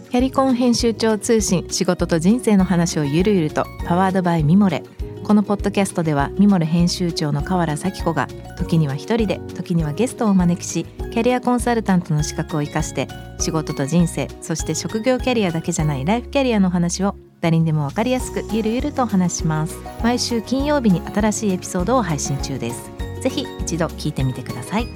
キャリコン編集長通信、仕事と人生の話をゆるゆると、パワードバイミモレ。このポッドキャストではミモレ編集長の河原咲子が時には一人で、時にはゲストをお招きし、キャリアコンサルタントの資格を生かして仕事と人生、そして職業キャリアだけじゃないライフキャリアの話を誰にでも分かりやすくゆるゆるとお話します。毎週金曜日に新しいエピソードを配信中です。ぜひ一度聞いてみてください。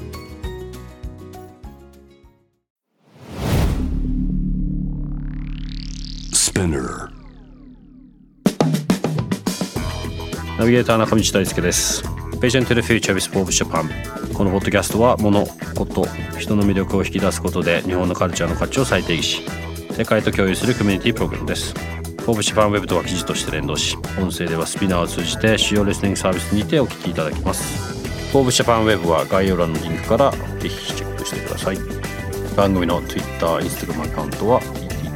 ナビゲーター中道大輔です。Vision to the Future with Forbes Japan。 このポッドキャストは物、こと、人の魅力を引き出すことで日本のカルチャーの価値を再定義し、世界と共有するコミュニティプログラムです。Forbes Japan Web とは記事として連動し、音声ではスピナーを通じて主要リスニングサービスにてお聞きいただけます。Forbes Japan Web は概要欄のリンクからぜひチェックしてください。番組の Twitter、Instagram アカウントは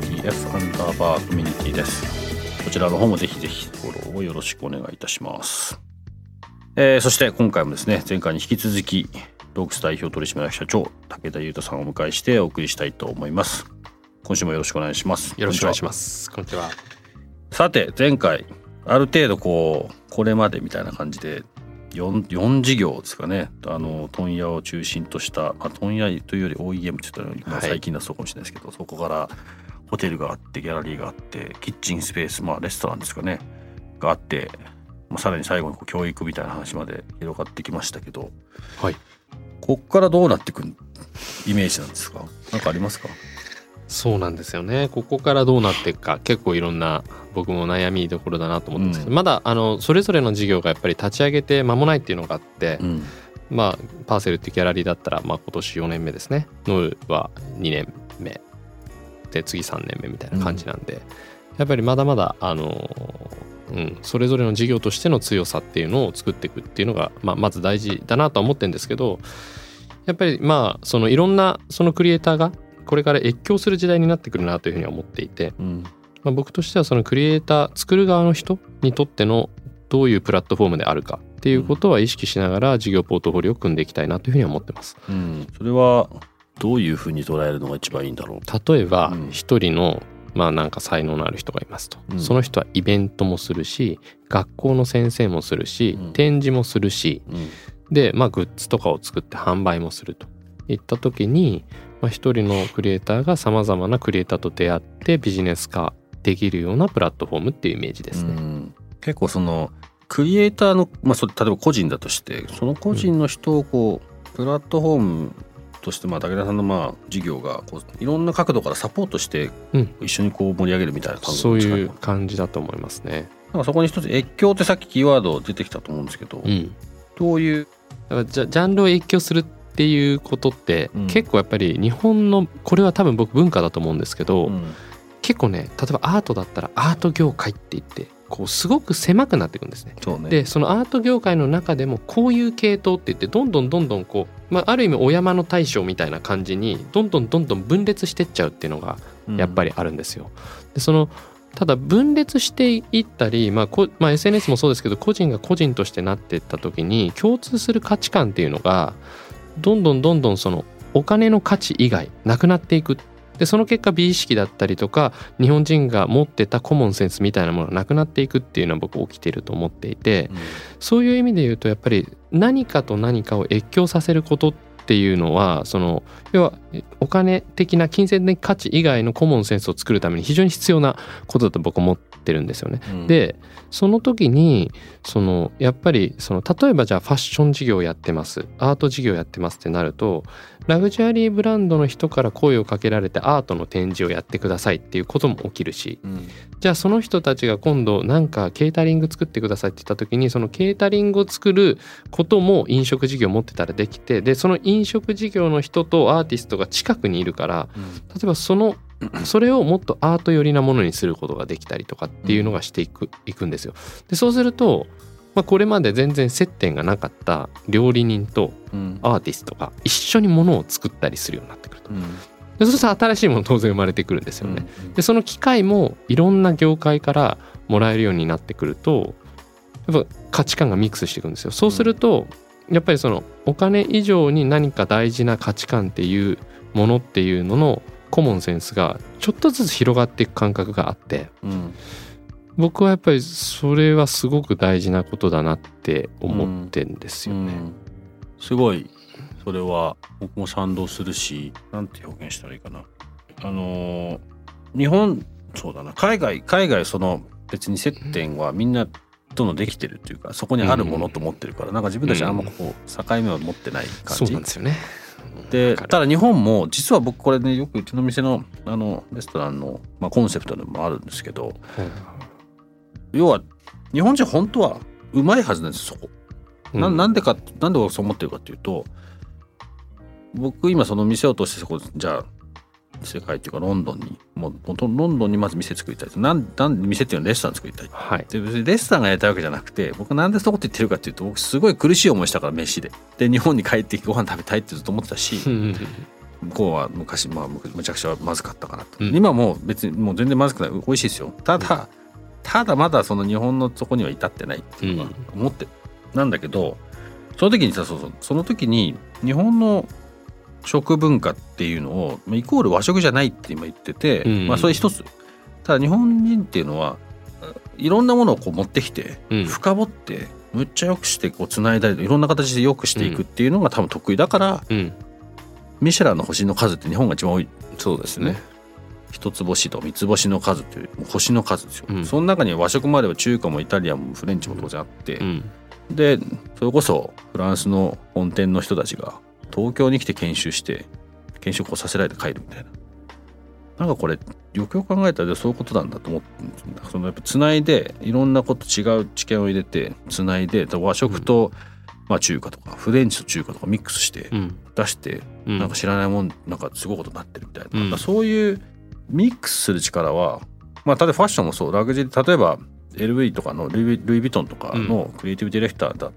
ETTF_community です。こちらの方もぜひぜひフォローをよろしくお願いいたします。そして今回もですね、前回に引き続きロークス代表取締役社長武田裕太さんをお迎えしてお送りしたいと思います。今週もよろしくお願いします。 よろしくお願いします。こんにちは。 さて前回ある程度これまでみたいな感じで 4事業ですかね、問屋を中心とした、問屋というより OEM って言ったら最近だとそうかもしれないですけど、そこからホテルがあってギャラリーがあってキッチンスペース、レストランですかねがあって、さらに最後に教育みたいな話まで広がってきましたけど、 はい、 こっからどうなっていくイメージなんですか？何かありますか？ そうなんですよね。ここからどうなっていくか、結構いろんな僕も悩みどころだなと思ってますけど、まだそれぞれの事業がやっぱり立ち上げて間もないっていうのがあって、パーセルっていうギャラリーだったら、今年4年目ですね、ノールは2年目で次3年目みたいな感じなんで、やっぱりまだまだそれぞれの事業としての強さっていうのを作っていくっていうのが、まず大事だなとは思ってるんですけど、やっぱりそのいろんなそのクリエイターがこれから越境する時代になってくるなというふうには思っていて、僕としてはそのクリエイター作る側の人にとってのどういうプラットフォームであるかっていうことは意識しながら事業ポートフォリオを組んでいきたいなというふうには思ってます。 それはどういうふうに捉えるのが一番いいんだろう。例えば一人のなんか才能のある人がいますと、その人はイベントもするし、学校の先生もするし、展示もするし、でグッズとかを作って販売もするといった時に、一人のクリエイターがさまざまなクリエイターと出会ってビジネス化できるようなプラットフォームっていうイメージですね。 結構そのクリエイターの、例えば個人だとして、その個人の人をプラットフォームとして、武田さんの事業がいろんな角度からサポートして一緒に盛り上げるみたいな感じですかね。 そういう感じだと思いますね。 そこに一つ越境ってさっきキーワード出てきたと思うんですけど、どういうジャンルを越境するっていうことって、結構やっぱり日本のこれは多分僕文化だと思うんですけど、結構ね、例えばアートだったらアート業界って言ってすごく狭くなっていくんですね。でそのアート業界の中でもこういう系統って言ってどんどんある意味お山の大将みたいな感じにどんどん分裂してっちゃうっていうのがやっぱりあるんですよ。でただ分裂していったり、SNS もそうですけど、個人が個人としてなっていった時に共通する価値観っていうのがどんどんそのお金の価値以外なくなっていく。でその結果美意識だったりとか日本人が持ってたコモンセンスみたいなものがなくなっていくっていうのは僕起きていると思っていて、そういう意味で言うとやっぱり何かと何かを越境させることっていうのは、要はお金的な金銭的価値以外のコモンセンスを作るために非常に必要なことだと僕は思ってるんですよね。でその時にやっぱり例えばじゃあファッション事業やってます、アート事業やってますってなると、ラグジュアリーブランドの人から声をかけられてアートの展示をやってくださいっていうことも起きるし、じゃあその人たちが今度なんかケータリング作ってくださいって言った時に、そのケータリングを作ることも飲食事業持ってたらできて、でその飲食事業の人とアーティストが近くにいるから、例えばそれをもっとアート寄りなものにすることができたりとかっていうのがしていくんですよ。でそうするとこれまで全然接点がなかった料理人とアーティストが一緒にものを作ったりするようになってくると、でそうすると新しいもの当然生まれてくるんですよね。でその機会もいろんな業界からもらえるようになってくると、やっぱ価値観がミックスしていくんですよ。そうするとやっぱりお金以上に何か大事な価値観っていうものっていうののコモンセンスがちょっとずつ広がっていく感覚があって、僕はやっぱりそれはすごく大事なことだなって思ってんですよね。 すごいそれは僕も賛同するし、なんて表現したらいいかな、日本そうだな、海外その別に接点はみんなとのできてるっていうか、そこにあるものと思ってるから、なんか自分たちあんまこう境目を持ってない感じ。 そうなんですよね。 でただ日本も実は僕これね、よくうちの店のレストランの、コンセプトでもあるんですけど、要は日本人本当はうまいはずなんですよ、そこ。なんで僕そう思ってるかっていうと、僕今その店を通してそこじゃあ世界っていうかロンドンにロンドンにまず店作りたい。なんで店っていうのはレストラン作りたい、で別にレストランがやりたいわけじゃなくて、僕なんでそのこと言ってるかっていうと、僕すごい苦しい思いしたから、飯で日本に帰ってご飯食べたいってずっと思ってたし向こうは昔むちゃくちゃまずかったかなと、今も別にもう全然まずくない、美味しいですよ。ただまだその日本のそこには至ってないっていうのは思ってる、なんだけど、その時にその時に日本の食文化っていうのをイコール和食じゃないって今言ってて、それ一つ。ただ日本人っていうのはいろんなものをこう持ってきて、深掘ってむっちゃ良くしてこうつないだり、いろんな形で良くしていくっていうのが多分得意だから、ミシュランの星の数って日本が一番多い。 そうですね。 一つ星と三つ星の数という星の数ですよ、その中に和食もあれば中華もイタリアンもフレンチも当然あって、でそれこそフランスの本店の人たちが東京に来て研修こうさせられて帰るみたいな、なんかこれよくよく考えたらそういうことなんだと思って、そのやっぱつないでいろんなこと違う知見を入れてつないで、和食と中華とかフレンチと中華とかミックスして出して、なんか知らないもんなんかすごいことになってるみたいな、そういうミックスする力は、例えばファッションもそう、ラグジュアリー、例えば LV とかのルイ・ヴィトンとかのクリエイティブディレクターだった、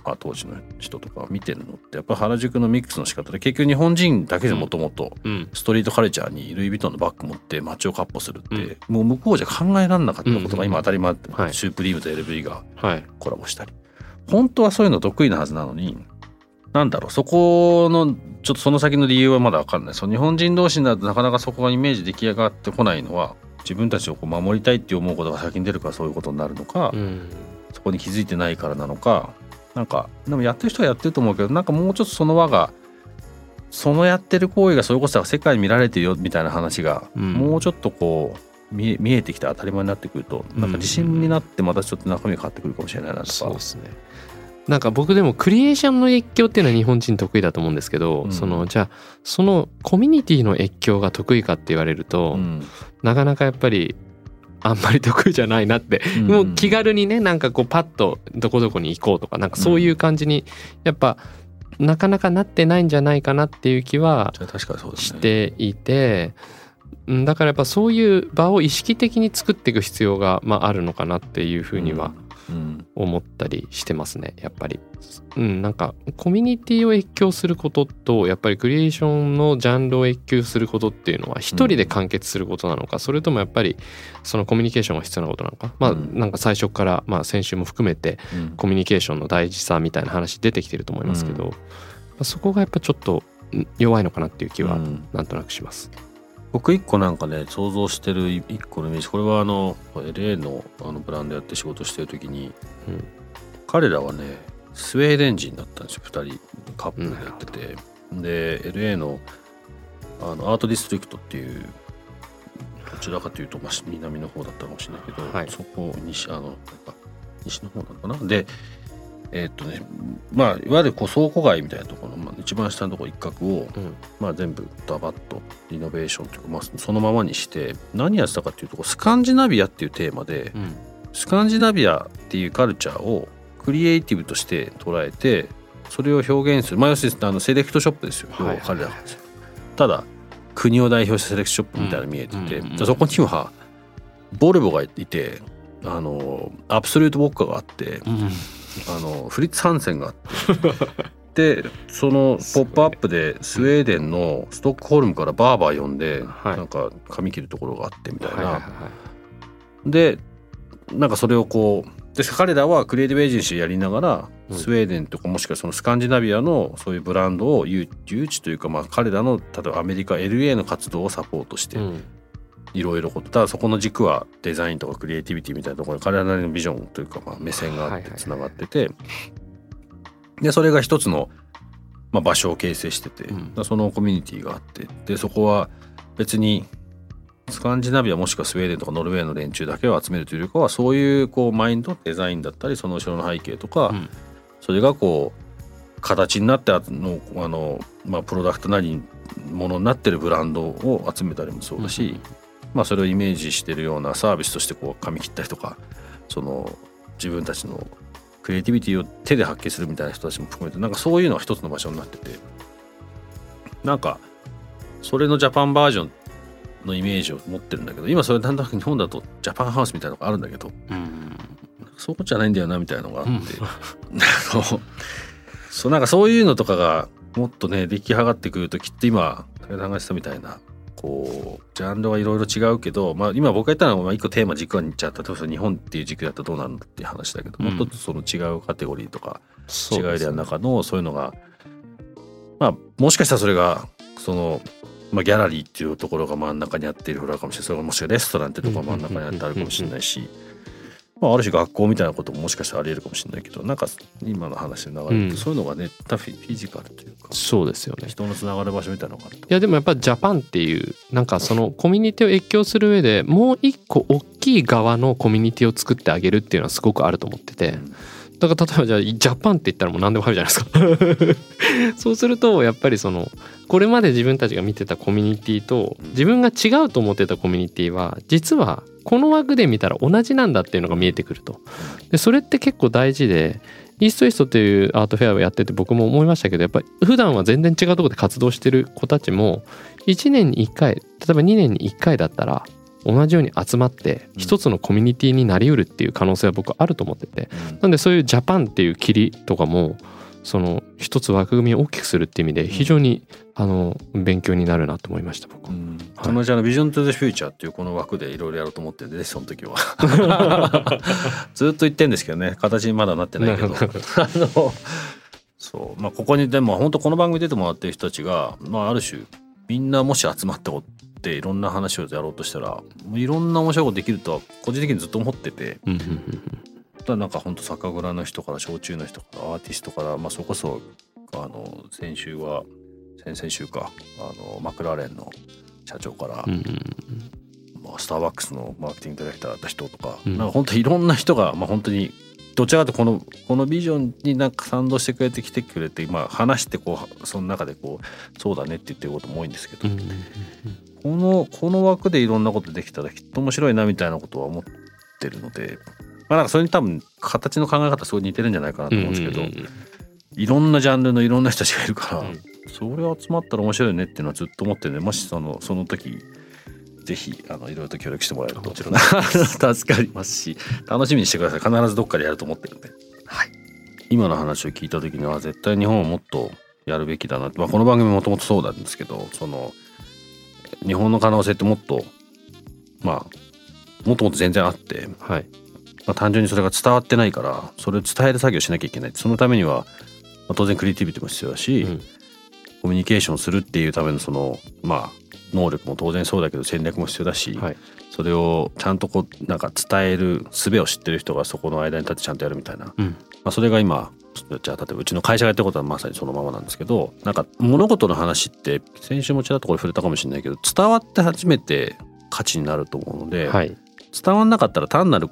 当時の人とか見てるのってやっぱ原宿のミックスの仕方で、結局日本人だけでもともとストリートカルチャーにルイ・ヴィトンのバッグ持って街を闊歩するって、もう向こうじゃ考えられなかったことが今当たり前って、シュープリームと LV がコラボしたり、本当はそういうの得意なはずなのに、なんだろう、そこのちょっとその先の理由はまだ分かんない。日本人同士になるとなかなかそこがイメージ出来上がってこないのは、自分たちをこう守りたいって思うことが先に出るからそういうことになるのか、そこに気づいてないからなのか、なんかでもやってる人はやってると思うけど、なんかもうちょっとその輪が、そのやってる行為がそれこそ世界に見られてるよみたいな話が、もうちょっとこう見えてきて当たり前になってくると、なんか自信になってまたちょっと中身が変わってくるかもしれないなとか。 そうですね。なんか僕でもクリエーションの越境っていうのは日本人得意だと思うんですけど、じゃあそのコミュニティの越境が得意かって言われると、なかなかやっぱりあんまり得意じゃないなって、もう気軽にね、なんかこうパッとどこどこに行こうとか、なんかそういう感じにやっぱなかなかなってないんじゃないかなっていう気はしていて、だからやっぱそういう場を意識的に作っていく必要があるのかなっていうふうには思ったりしてますね、やっぱり。なんかコミュニティを越境することと、やっぱりクリエーションのジャンルを越境することっていうのは一人で完結することなのか、それともやっぱりそのコミュニケーションが必要なことなのか、なんか最初から先週も含めてコミュニケーションの大事さみたいな話出てきてると思いますけど、そこがやっぱちょっと弱いのかなっていう気はなんとなくします。 僕一個なんかね、想像してる一個のイメージ、これはLA のブランドやって仕事してる時に、彼らはねスウェーデン人だったんですよ。2人カップルでやってて、で LA のアートディストリクトっていう、どちらかというと南の方だったかもしれないけど、そこ西の方なのかな。でいわゆるこう倉庫街みたいなところの、一番下のところ一角を、全部ダバッとリノベーションというか、そのままにして何やってたかっていうと、スカンジナビアっていうテーマで、スカンジナビアっていうカルチャーをクリエイティブとして捉えて、それを表現する、要するにセレクトショップですよ、彼らが。ただ国を代表したセレクトショップみたいなの見えてて、そこにはボルボがいて、アブソリュートウォッカがあって、フリッツ・ハンセンがあってでそのポップアップでスウェーデンのストックホルムからバーバー呼んで、なんか髪切るところがあってみたいな、でなんかそれをこうで彼らはクリエイティブエージェンシーやりながら、スウェーデンとかもしくはそのスカンジナビアのそういうブランドを誘致というか、彼らの例えばアメリカ LA の活動をサポートして、いろいろことただそこの軸はデザインとかクリエイティビティみたいなところで彼らなりのビジョンというか目線があってつながってて、でそれが一つの場所を形成してて、そのコミュニティがあって、でそこは別にスカンジナビアもしくはスウェーデンとかノルウェーの連中だけを集めるというよりかは、そういうマインドデザインだったりその後ろの背景とか、それが形になってプロダクトなりものになってるブランドを集めたりもそうだし、それをイメージしてるようなサービスとして髪切ったりとか、その自分たちのクリエイティビティを手で発揮するみたいな人たちも含めて、そういうのが一つの場所になってて、それのジャパンバージョンのイメージを持ってるんだけど、今それなんとなく日本だとジャパンハウスみたいなのがあるんだけど、そうじゃないんだよなみたいなのがあってそういうのとかがもっとね出来上がってくると、きっと今武田さんが言ってたみたいなジャンルはいろいろ違うけど、今僕が言ったのは一個テーマ軸にいっちゃった、例えば日本っていう軸だったらどうなるんだっていう話だけど、もっとその違うカテゴリーとか違いの中のそういうのが、もしかしたらそれがそのギャラリーっていうところが真ん中にあっているフロアかもしれない。それがもしくはレストランっていうところが真ん中にあってあるかもしれないし、ある種学校みたいなことももしかしたらあり得るかもしれないけど、今の話の流れってそういうのがね、フィジカルというか、 そうですよね、 人のつながる場所みたいなのがあると。 いやでもやっぱジャパンっていうそのコミュニティを越境する上でもう一個大きい側のコミュニティを作ってあげるっていうのはすごくあると思ってて、だから例えばじゃあジャパンって言ったらもう何でも入るじゃないですかそうするとやっぱりこれまで自分たちが見てたコミュニティと自分が違うと思ってたコミュニティは実はこの枠で見たら同じなんだっていうのが見えてくると。でそれって結構大事で、イーストイーストっていうアートフェアをやってて僕も思いましたけど、やっぱり普段は全然違うところで活動してる子たちも1年に1回、例えば2年に1回だったら同じように集まって一つのコミュニティになりうるっていう可能性は僕はあると思ってて、なんでそういうジャパンっていう切りとかもその一つ枠組みを大きくするっていう意味で非常に勉強になるなと思いました僕。 そのビジョントゥザフューチャーっていうこの枠でいろいろやろうと思ってるんで、その時はずっと言ってるんですけどね、形にまだなってないけどそうここにでも本当この番組出てもらってる人たちがある種みんなもし集まってっていろんな話をやろうとしたらいろんな面白いことできるとは個人的にずっと思ってて、本当酒蔵の人から焼酎の人からアーティストから、それこそ先々週かマクラーレンの社長から、スターバックスのマーケティングディレクターだった人とか、本当いろんな人が、本当にどちらかというとこのビジョンに賛同してくれて来てくれて、話してその中でそうだねって言ってることも多いんですけど、この枠でいろんなことできたらきっと面白いなみたいなことは思ってるので、それに多分形の考え方すごい似てるんじゃないかなと思うんですけど、いろんなジャンルのいろんな人たちがいるから、それ集まったら面白いねっていうのはずっと思ってるので、もしその時ぜひいろいろと協力してもらえるともちろん助かりますし、楽しみにしてください。必ずどっかでやると思ってるんで、今の話を聞いた時には絶対日本はもっとやるべきだなって、この番組もともとそうなんですけど、日本の可能性ってもっともっと全然あって、単純にそれが伝わってないからそれを伝える作業しなきゃいけない。そのためには、当然クリエイティビティも必要だし、コミュニケーションするっていうための能力も当然そうだけど戦略も必要だし、それをちゃんと伝える術を知ってる人がそこの間に立ってちゃんとやるみたいな、それが今じゃあ例えばうちの会社がやってることはまさにそのままなんですけど、物事の話って先週もちらっとこれ触れたかもしれないけど、伝わって初めて価値になると思うので、伝わんなかったら単なる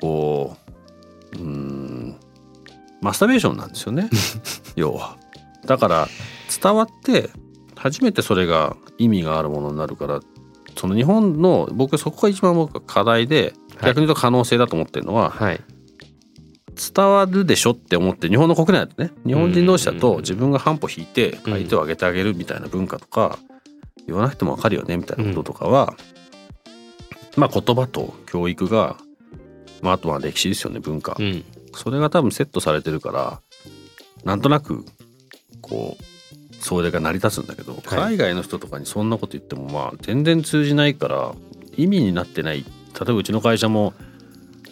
マスターベーションなんですよね要は。だから伝わって初めてそれが意味があるものになるから、その日本の僕そこが一番僕は課題で、逆に言うと可能性だと思ってるのは、伝わるでしょって思って日本の国内だとね、日本人同士だと自分が半歩引いて相手を上げてあげるみたいな文化とか、言わなくても分かるよねみたいなこととかは、言葉と教育が、あとは歴史ですよね、文化、それが多分セットされてるから、なんとなくそれが成り立つんだけど、海外の人とかにそんなこと言っても全然通じないから意味になってない。例えばうちの会社も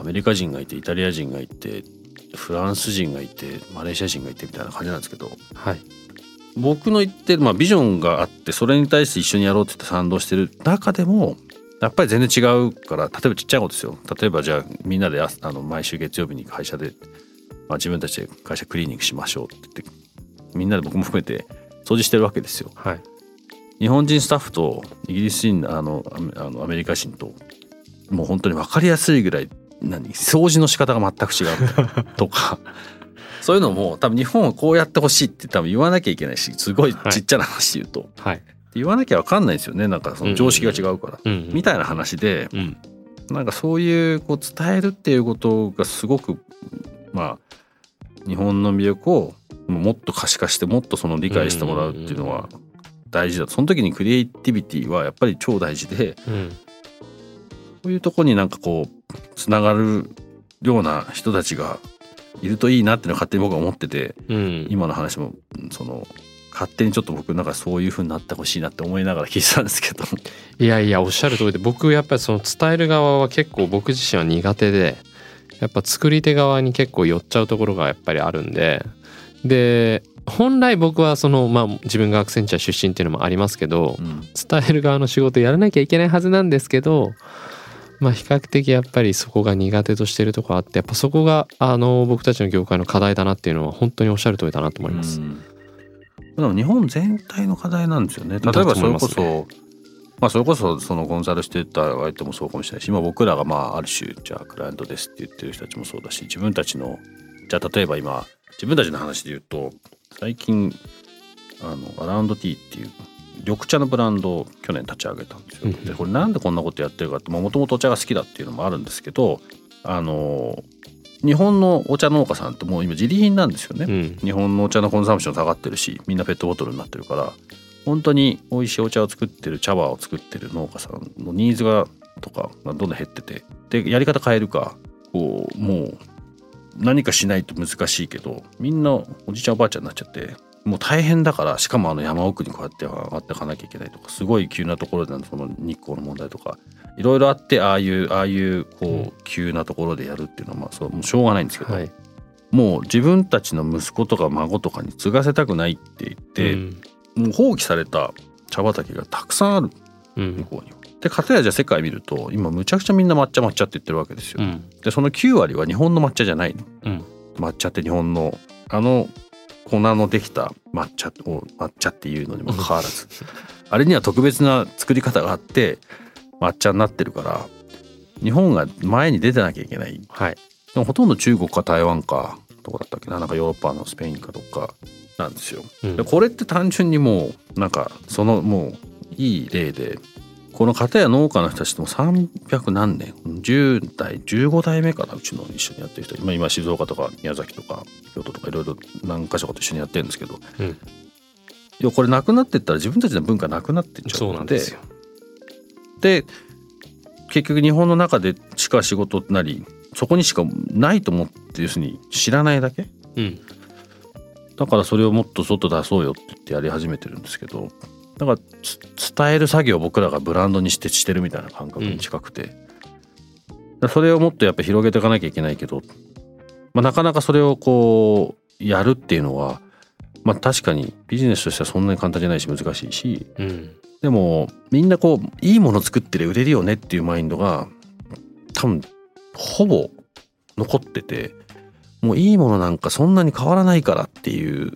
アメリカ人がいてイタリア人がいてフランス人がいてマレーシア人がいてみたいな感じなんですけど、 はい、 僕の言ってる、ビジョンがあってそれに対して一緒にやろうって言って賛同してる中でもやっぱり全然違うから、例えばちっちゃいことですよ。例えばじゃあみんなで毎週月曜日に会社で、自分たちで会社クリーニングしましょうって言ってみんなで僕も含めて掃除してるわけですよ、 はい、 日本人スタッフとイギリス人アメリカ人ともう本当に分かりやすいぐらい掃除の仕方が全く違うとかそういうのも多分日本はこうやってほしいって多分言わなきゃいけないし、すごいちっちゃな話で言うと、はい、言わなきゃ分かんないですよね。なんかその常識が違うから、みたいな話で、なんかそういう伝えるっていうことがすごく日本の魅力をもっと可視化してもっとその理解してもらうっていうのは大事だと。その時にクリエイティビティはやっぱり超大事で、こういうとこになんかつながるような人たちがいるといいなっていうのを勝手に僕は思ってて、今の話も勝手にちょっと僕なんかそういう風になってほしいなって思いながら聞いてたんですけど、 いやいやおっしゃる通りで、僕やっぱりその伝える側は結構僕自身は苦手で、やっぱ作り手側に結構寄っちゃうところがやっぱりあるんで、本来僕は自分がアクセンチャー出身っていうのもありますけど、伝える側の仕事やらなきゃいけないはずなんですけど、比較的やっぱりそこが苦手としてるところあって、やっぱそこが僕たちの業界の課題だなっていうのは本当におっしゃる通りだなと思います。 でも日本全体の課題なんですよね。例えばそれこそそのコンサルしてた相手もそうかもしれないし、今僕らがある種じゃあクライアントですって言ってる人たちもそうだし、自分たちのじゃあ例えば今自分たちの話で言うと、最近アラウンドティーっていう緑茶のブランドを去年立ち上げたんですよ。でこれなんでこんなことやってるかって、もともとお茶が好きだっていうのもあるんですけど、日本のお茶農家さんってもう今自利品なんですよね、日本のお茶のコンサンプション下がってるし、みんなペットボトルになってるから、本当に美味しいお茶を作ってる茶葉を作ってる農家さんのニーズがとかどんどん減ってて、でやり方変えるかもう何かしないと難しいけど、みんなおじいちゃんおばあちゃんになっちゃってもう大変だから、しかも山奥にこうやって上がっていかなきゃいけないとか、すごい急なところでその日光の問題とかいろいろあって、ああいう急なところでやるっていうのはもうしょうがないんですけど、もう自分たちの息子とか孫とかに継がせたくないって言って、もう放棄された茶畑がたくさんある、向こうには。で片やじゃあ世界見ると今むちゃくちゃみんな抹茶って言ってるわけですよ、でその9割は日本の抹茶じゃないの、抹茶って日本の粉のできた抹茶っていうのにもかかわらずあれには特別な作り方があって抹茶になってるから、日本が前に出てなきゃいけない、でもほとんど中国か台湾かどこだったっけな、なんかヨーロッパのスペインかどっかなんですよ、でこれって単純にもうなんかもういい例で、この片や農家の人たちとも300何年10代15代目かな、うちの一緒にやってる人、今静岡とか宮崎とか京都とかいろいろ何か所かと一緒にやってるんですけど、いやこれなくなってったら自分たちの文化なくなってっちゃうので、そうなんですよ。で結局日本の中でしか仕事なりそこにしかないと思って要するに知らないだけ、だからそれをもっと外出そうよって言ってやり始めてるんですけど、だから伝える作業を僕らがブランドにしてるみたいな感覚に近くて、それをもっとやっぱ広げていかなきゃいけないけど、なかなかそれをやるっていうのは、確かにビジネスとしてはそんなに簡単じゃないし難しいし、でもみんないいもの作って売れるよねっていうマインドが多分ほぼ残ってて、もういいものなんかそんなに変わらないからっていう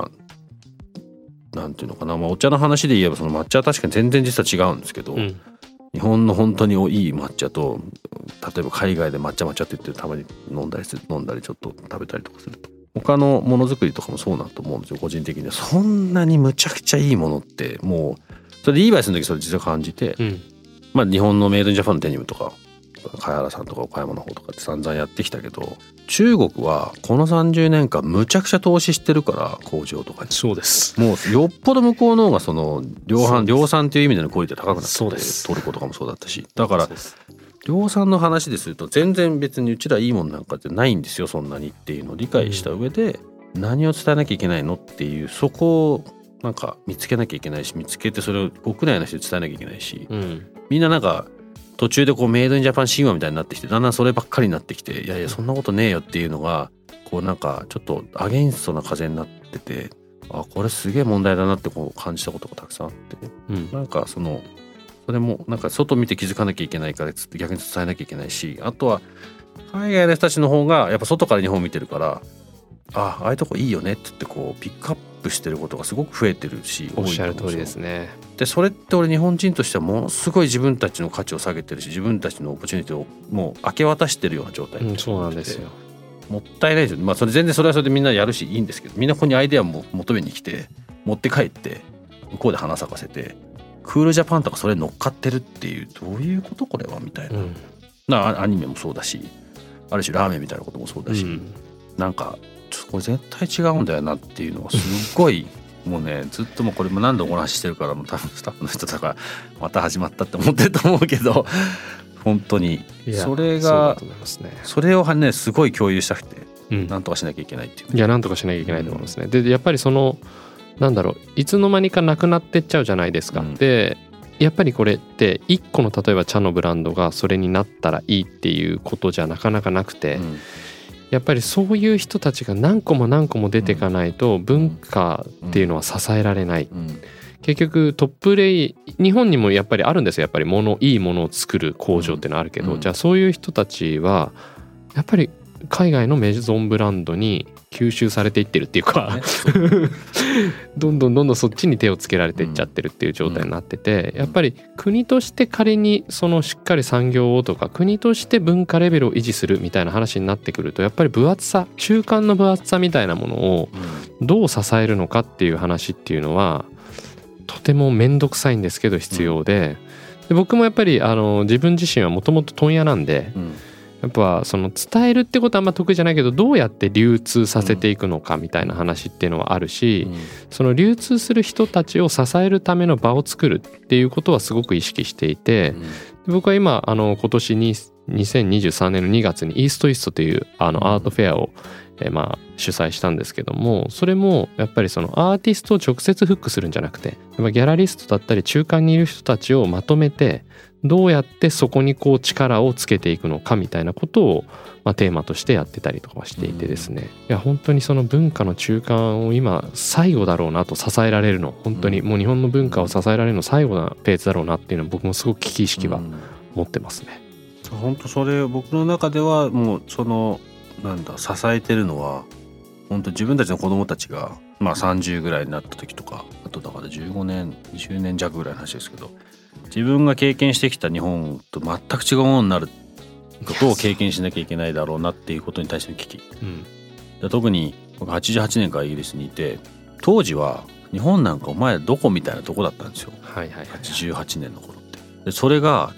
なんていうのかな、お茶の話で言えばその抹茶は確かに全然実は違うんですけど、日本の本当にいい抹茶と例えば海外で抹茶って言ってたまに飲んだりちょっと食べたりとかすると、他のものづくりとかもそうだと思うんですよ。個人的にはそんなにむちゃくちゃいいものってもうそれでリーバイスの時それ実は感じて、日本のメイドインジャパンのデニムとか茅原さんとか岡山の方とかって散々やってきたけど、中国はこの30年間むちゃくちゃ投資してるから、工場とかに。そうです。もうよっぽど向こうの方がその量産という意味でのクオリティ高くなってて、そうです。トルコとかもそうだったし、だから量産の話ですると全然別にうちらいいもんなんかってないんですよ、そんなにっていうのを理解した上で、何を伝えなきゃいけないのっていう、そこをなんか見つけなきゃいけないし、見つけてそれを国内の人に伝えなきゃいけないし、みんななんか途中でこうメイドインジャパン神話みたいになってきて、だんだんそればっかりになってきて、いやいやそんなことねえよっていうのがこうなんかちょっとアゲインストな風になってて、あこれすげえ問題だなってこう感じたことがたくさんあって、なんかそれもなんか外見て気づかなきゃいけないから逆に伝えなきゃいけないし、あとは海外の人たちの方がやっぱ外から日本を見てるから、ああいうとこいいよねって言ってこうピックアップしてることがすごく増えてるし、 おっしゃる通りですね。 でそれって俺日本人としてはものすごい自分たちの価値を下げてるし、自分たちのオポチュニティをもう明け渡してるような状態、 そうなんですよ。 もったいないですよ。まあそれ全然それはそれでみんなやるしいいんですけど、みんなここにアイデアも求めに来て持って帰って向こうで花咲かせて、クールジャパンとかそれ乗っかってるっていう、どういうことこれはみたいな、アニメもそうだし、ある種ラーメンみたいなこともそうだし、なんかちょっとこれ絶対違うんだよなっていうのはすごいもうねずっともうこれも何度もお話ししてるから、もう多分スタッフの人とかまた始まったって思ってると思うけど、本当にそれがそれをねすごい共有したくて、なんとかしなきゃいけないっていう、 いやなんとかしなきゃいけないと思いますね。でやっぱりなんだろう、いつの間にかなくなってっちゃうじゃないですか。でやっぱりこれって一個の例えば茶のブランドがそれになったらいいっていうことじゃなかなかなくて、やっぱりそういう人たちが何個も何個も出ていかないと文化っていうのは支えられない。結局トップレイ日本にもやっぱりあるんですよ。やっぱりいいものを作る工場っていうのはあるけど、じゃあそういう人たちはやっぱり海外のメゾンブランドに吸収されていってるっていうか、どんどんそっちに手をつけられていっちゃってるっていう状態になってて、やっぱり国として仮にしっかり産業をとか国として文化レベルを維持するみたいな話になってくると、やっぱり分厚さ、中間の分厚さみたいなものをどう支えるのかっていう話っていうのはとても面倒くさいんですけど必要で、僕もやっぱり自分自身はもともと問屋なんで、やっぱ伝えるってことはあんま得意じゃないけど、どうやって流通させていくのかみたいな話っていうのはあるし、その流通する人たちを支えるための場を作るっていうことはすごく意識していて、僕は今今年に2023年の2月にイーストイーストというアートフェアを主催したんですけども、それもやっぱりアーティストを直接フックするんじゃなくて、ギャラリストだったり中間にいる人たちをまとめて、どうやってそこに力をつけていくのかみたいなことをテーマとしてやってたりとかしていてですね、いや本当にその文化の中間を今最後だろうなと、支えられるの本当にもう日本の文化を支えられるの最後なペースだろうなっていうのは僕もすごく危機意識は持ってますね。 本当それ僕の中ではもう支えてるのは本当自分たちの子供たちが30ぐらいになった時とか、あとだから15年20年弱ぐらいの話ですけど、自分が経験してきた日本と全く違うものになることを経験しなきゃいけないだろうなっていうことに対しての危機、特に僕88年からイギリスにいて、当時は日本なんかお前どこみたいなとこだったんですよ、88年の頃って。でそれが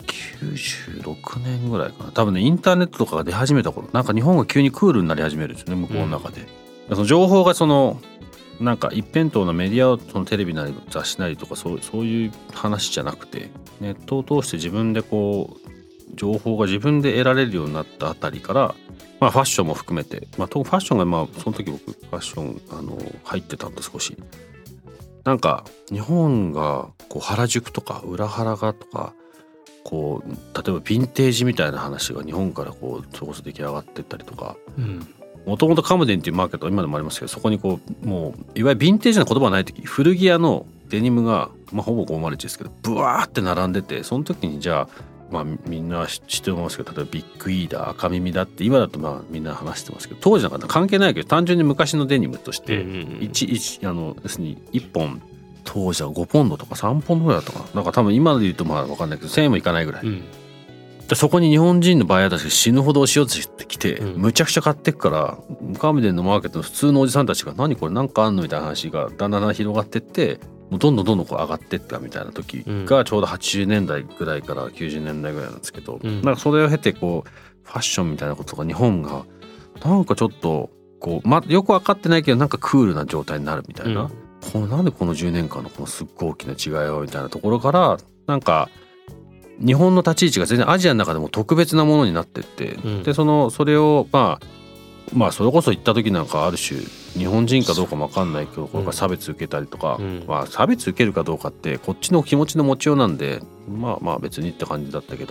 96年ぐらいかな、多分ねインターネットとかが出始めた頃、なんか日本が急にクールになり始めるんですよね、向こうの中で。その情報がなんか一辺倒なメディアをテレビなり雑誌なりとかそういう話じゃなくて、ネットを通して自分で情報が自分で得られるようになったあたりから、ファッションも含めて、特にファッションがその時僕ファッション入ってたんで、少しなんか日本が原宿とか裏原がとか例えばヴィンテージみたいな話が日本からそこそ出来上がってったりとか、もともとカムデンっていうマーケットは今でもありますけど、そこにもういわゆるヴィンテージな言葉がない時、古着屋のデニムが、ほぼ501ですけどブワーって並んでて、その時にじゃあ、みんな知ってますけど、例えばビッグイーだ赤耳だって今だとみんな話してますけど、当時なんか関係ないけど単純に昔のデニムとして要するに1本当時は5ポンドとか3ポンドぐらいだったかな、なんか多分今で言うと分かんないけど1000円もいかないぐらい、でそこに日本人のバイヤーたちが死ぬほど押し寄せてきて、むちゃくちゃ買ってくから、カムデンのマーケットの普通のおじさんたちが何これなんかあんのみたいな話がだんだん広がってって、もうどんどん上がってったみたいな時がちょうど80年代ぐらいから90年代ぐらいなんですけど、なんかそれを経てファッションみたいなことが日本がなんかちょっとよく分かってないけどなんかクールな状態になるみたいな、なんでこの10年間のすっごい大きな違いをみたいなところから、なんか日本の立ち位置が全然アジアの中でも特別なものになってって、でそれをそれこそ行った時なんかある種日本人かどうかも分かんないけど、これから差別受けたりとか、差別受けるかどうかってこっちの気持ちの持ちようなんで、別にって感じだったけど、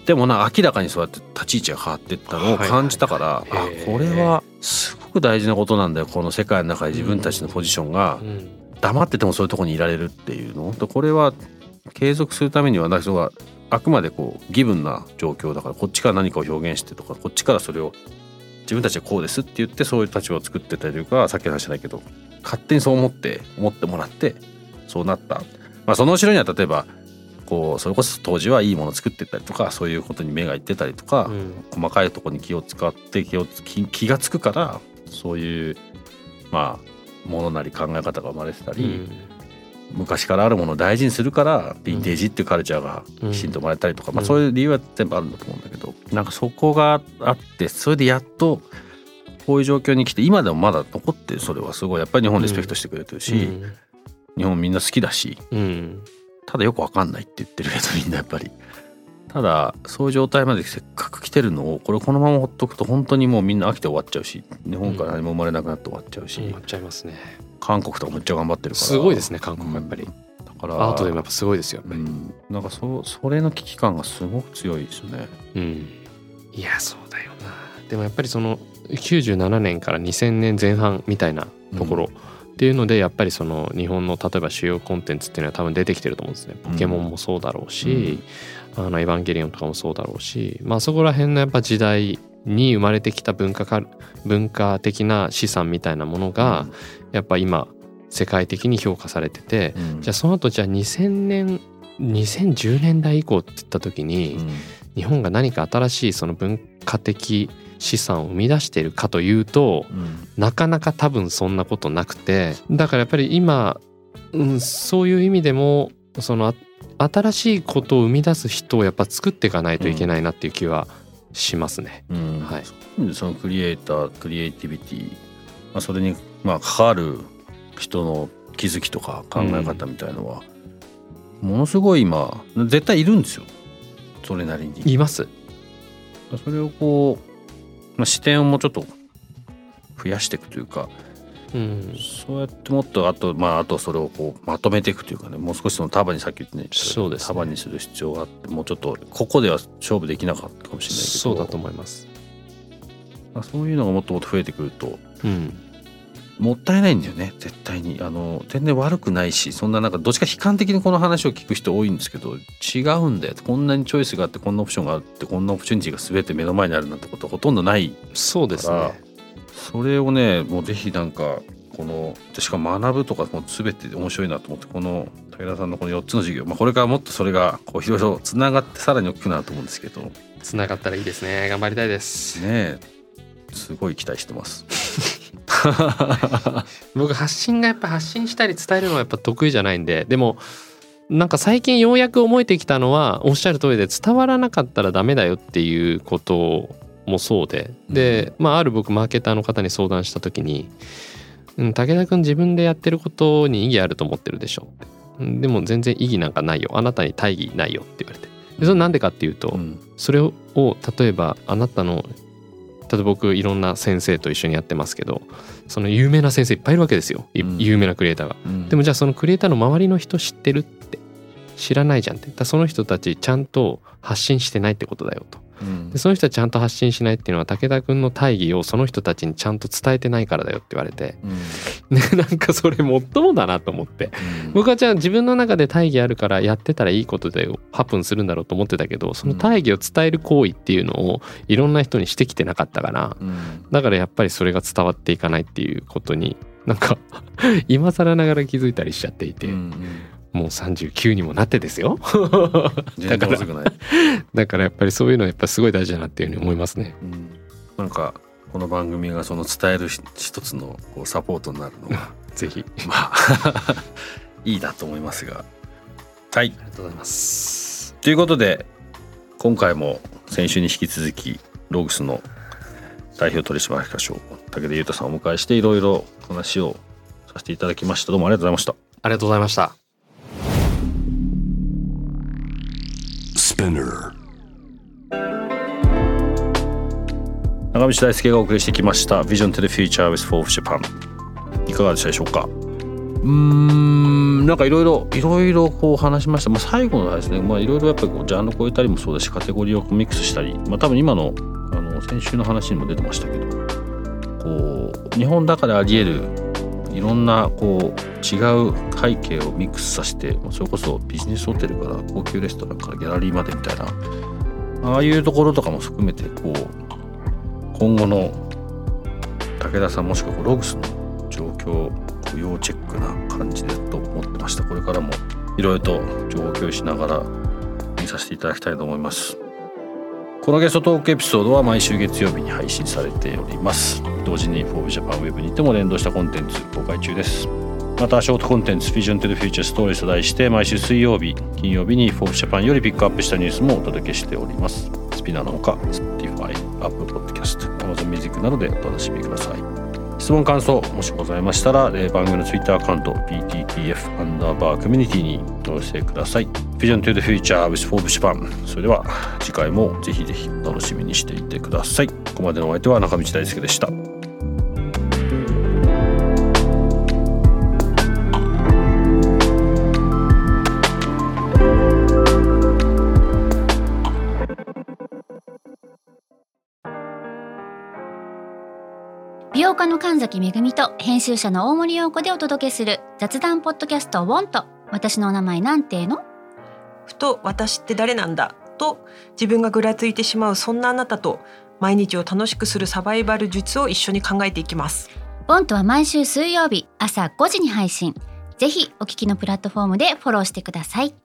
でも明らかにそうやって立ち位置が変わっていったのを感じたから、これはすごく大事なことなんだよ、この世界の中で自分たちのポジションが黙っててもそういうところにいられるっていうのと、これは継続するためにはあくまでギブンな状況だから、こっちから何かを表現してとか、こっちからそれを自分たちはこうですって言ってそういう立場を作ってたりとか、さっきの話じゃないけど勝手にそう思ってもらってそうなった、その後ろには例えばそれこそ当時はいいものを作ってったりとか、そういうことに目がいってたりとか、細かいところに気を使って気がつくから、そういうものなり考え方が生まれてたり、昔からあるものを大事にするからヴィンテージっていうカルチャーがきちんと生まれたりとか、そういう理由は全部あるんだと思うんだけど、そこがあって、それでやっとこういう状況に来て、今でもまだ残ってる、それはすごいやっぱり日本リスペクトしてくれてるし、日本みんな好きだし、ただよく分かんないって言ってるけど、みんなやっぱりただそういう状態までせっかく来てるのをこのままほっとくと本当にもうみんな飽きて終わっちゃうし、日本から何も生まれなくなって終わっちゃうし、 終わっちゃいますね。 韓国とかめっちゃ頑張ってるからすごいですね、韓国やっぱり、 だからアートでもやっぱすごいですよやっぱり、 それの危機感がすごく強いですよね。 いやそうだよな。でもやっぱりその97年から2000年前半みたいなところ、っていうのでやっぱりその日本の例えば主要コンテンツっていうのは多分出てきてると思うんですね。ポケモンもそうだろうし、エヴァンゲリオンとかもそうだろうし、そこら辺のやっぱ時代に生まれてきた文化的な資産みたいなものがやっぱ今世界的に評価されてて、じゃあその後2010年代以降って言った時に、日本が何か新しいその文化的資産を生み出しているかというと、なかなか多分そんなことなくて、だからやっぱり今、そういう意味でもその新しいことを生み出す人をやっぱ作っていかないといけないなっていう気はしますね。はい、 そのクリエイター、クリエイティビティ、それに関わる人の気づきとか考え方みたいのは、ものすごい今絶対いるんですよ、それなりにいます。 それを視点をもうちょっと増やしていくというか、そうやってもっとあとそれをまとめていくというかね、もう少しその束にさっき言ってね、束にする必要があって、もうちょっとここでは勝負できなかったかもしれないけど、 そうだと思います。 そういうのがもっともっと増えてくると、もったいないんだよね、絶対に。全然悪くないし、そんなどっちか悲観的にこの話を聞く人多いんですけど、違うんだよ。こんなにチョイスがあって、こんなオプションがあって、こんなオプチュニティが全て目の前にあるなんてことはほとんどないから。 そうですね。 それをね、もうぜひしかも学ぶとかも全て面白いなと思って、この武田さんのこの4つの授業、これからもっとそれがいろいろつながってさらに大きくなると思うんですけど、 つながったらいいですね。頑張りたいですね。すごい期待してます僕発信したり伝えるのはやっぱ得意じゃないんで、でも最近ようやく思えてきたのは、おっしゃる通りで伝わらなかったらダメだよっていうこともそうで、ある僕マーケターの方に相談した時に、武田君自分でやってることに意義あると思ってるでしょって、でも全然意義なんかないよ、あなたに大義ないよって言われて、でそれなんでかっていうと、それを例えば僕いろんな先生と一緒にやってますけど、その有名な先生いっぱいいるわけですよ、有名なクリエイターが、でもじゃあそのクリエイターの周りの人知ってるって、知らないじゃんって、その人たちちゃんと発信してないってことだよと、でその人たちちゃんと発信しないっていうのは武田君の大義をその人たちにちゃんと伝えてないからだよって言われて、それもっともだなと思って、僕はじゃあ自分の中で大義あるからやってたらいいことでハプンするんだろうと思ってたけど、その大義を伝える行為っていうのをいろんな人にしてきてなかったから、だからやっぱりそれが伝わっていかないっていうことに今更ながら気づいたりしちゃっていて、もう39にもなってですよだからやっぱりそういうのはやっぱすごい大事だなっていうふうに思いますね。 この番組がその伝える一つのサポートになるのがぜひいいなと思いますが、はい、ありがとうございます。 ということで今回も先週に引き続きローグスの代表取締役課長武田裕太さんをお迎えしていろいろ話をさせていただきました。どうもありがとうございました。 ありがとうございました。 長渕大輔がお送りしてきました Vision to the Future with Forbes Japan、 いかがでしたでしょうか。 なんかいろいろこう話しました。最後のですね、いろいろやっぱりこうジャンル超えたりもそうだし、カテゴリーをミックスしたり、多分今の先週の話にも出てましたけど、こう日本だからあり得るいろんなこう違う背景をミックスさせて、それこそビジネスホテルから高級レストランからギャラリーまでみたいな、ああいうところとかも含めてこう今後の武田さんもしくはログスの状況要チェックな感じだと思ってました。これからもいろいろと情報共有しながら見させていただきたいと思います。このゲストトークエピソードは毎週月曜日に配信されております。同時に Forbes Japan Web にても連動したコンテンツ公開中です。またショートコンテンツ Vision to the Future Stories と題して毎週水曜日金曜日に Forbes Japan よりピックアップしたニュースもお届けしております。スピナーのほか Spotify、Apple Podcast、Amazon Music などでお楽しみください。質問感想もしございましたら、番組の Twitter アカウント PTTF_community にお寄せください。 Vision to the Future with Forbes Japan、 それでは次回もぜひぜひ楽しみにしていてください。ここまでのお相手は中道大輔でした。 美容家の神崎めぐみと編集者の大森洋子でお届けする雑談ポッドキャストウォント。私のお名前なんての？ ふと私って誰なんだと自分がぐらついてしまうそんなあなたと、毎日を楽しくするサバイバル術を一緒に考えていきます。 ウォントは毎週水曜日朝5時に配信。ぜひお聞きのプラットフォームでフォローしてください。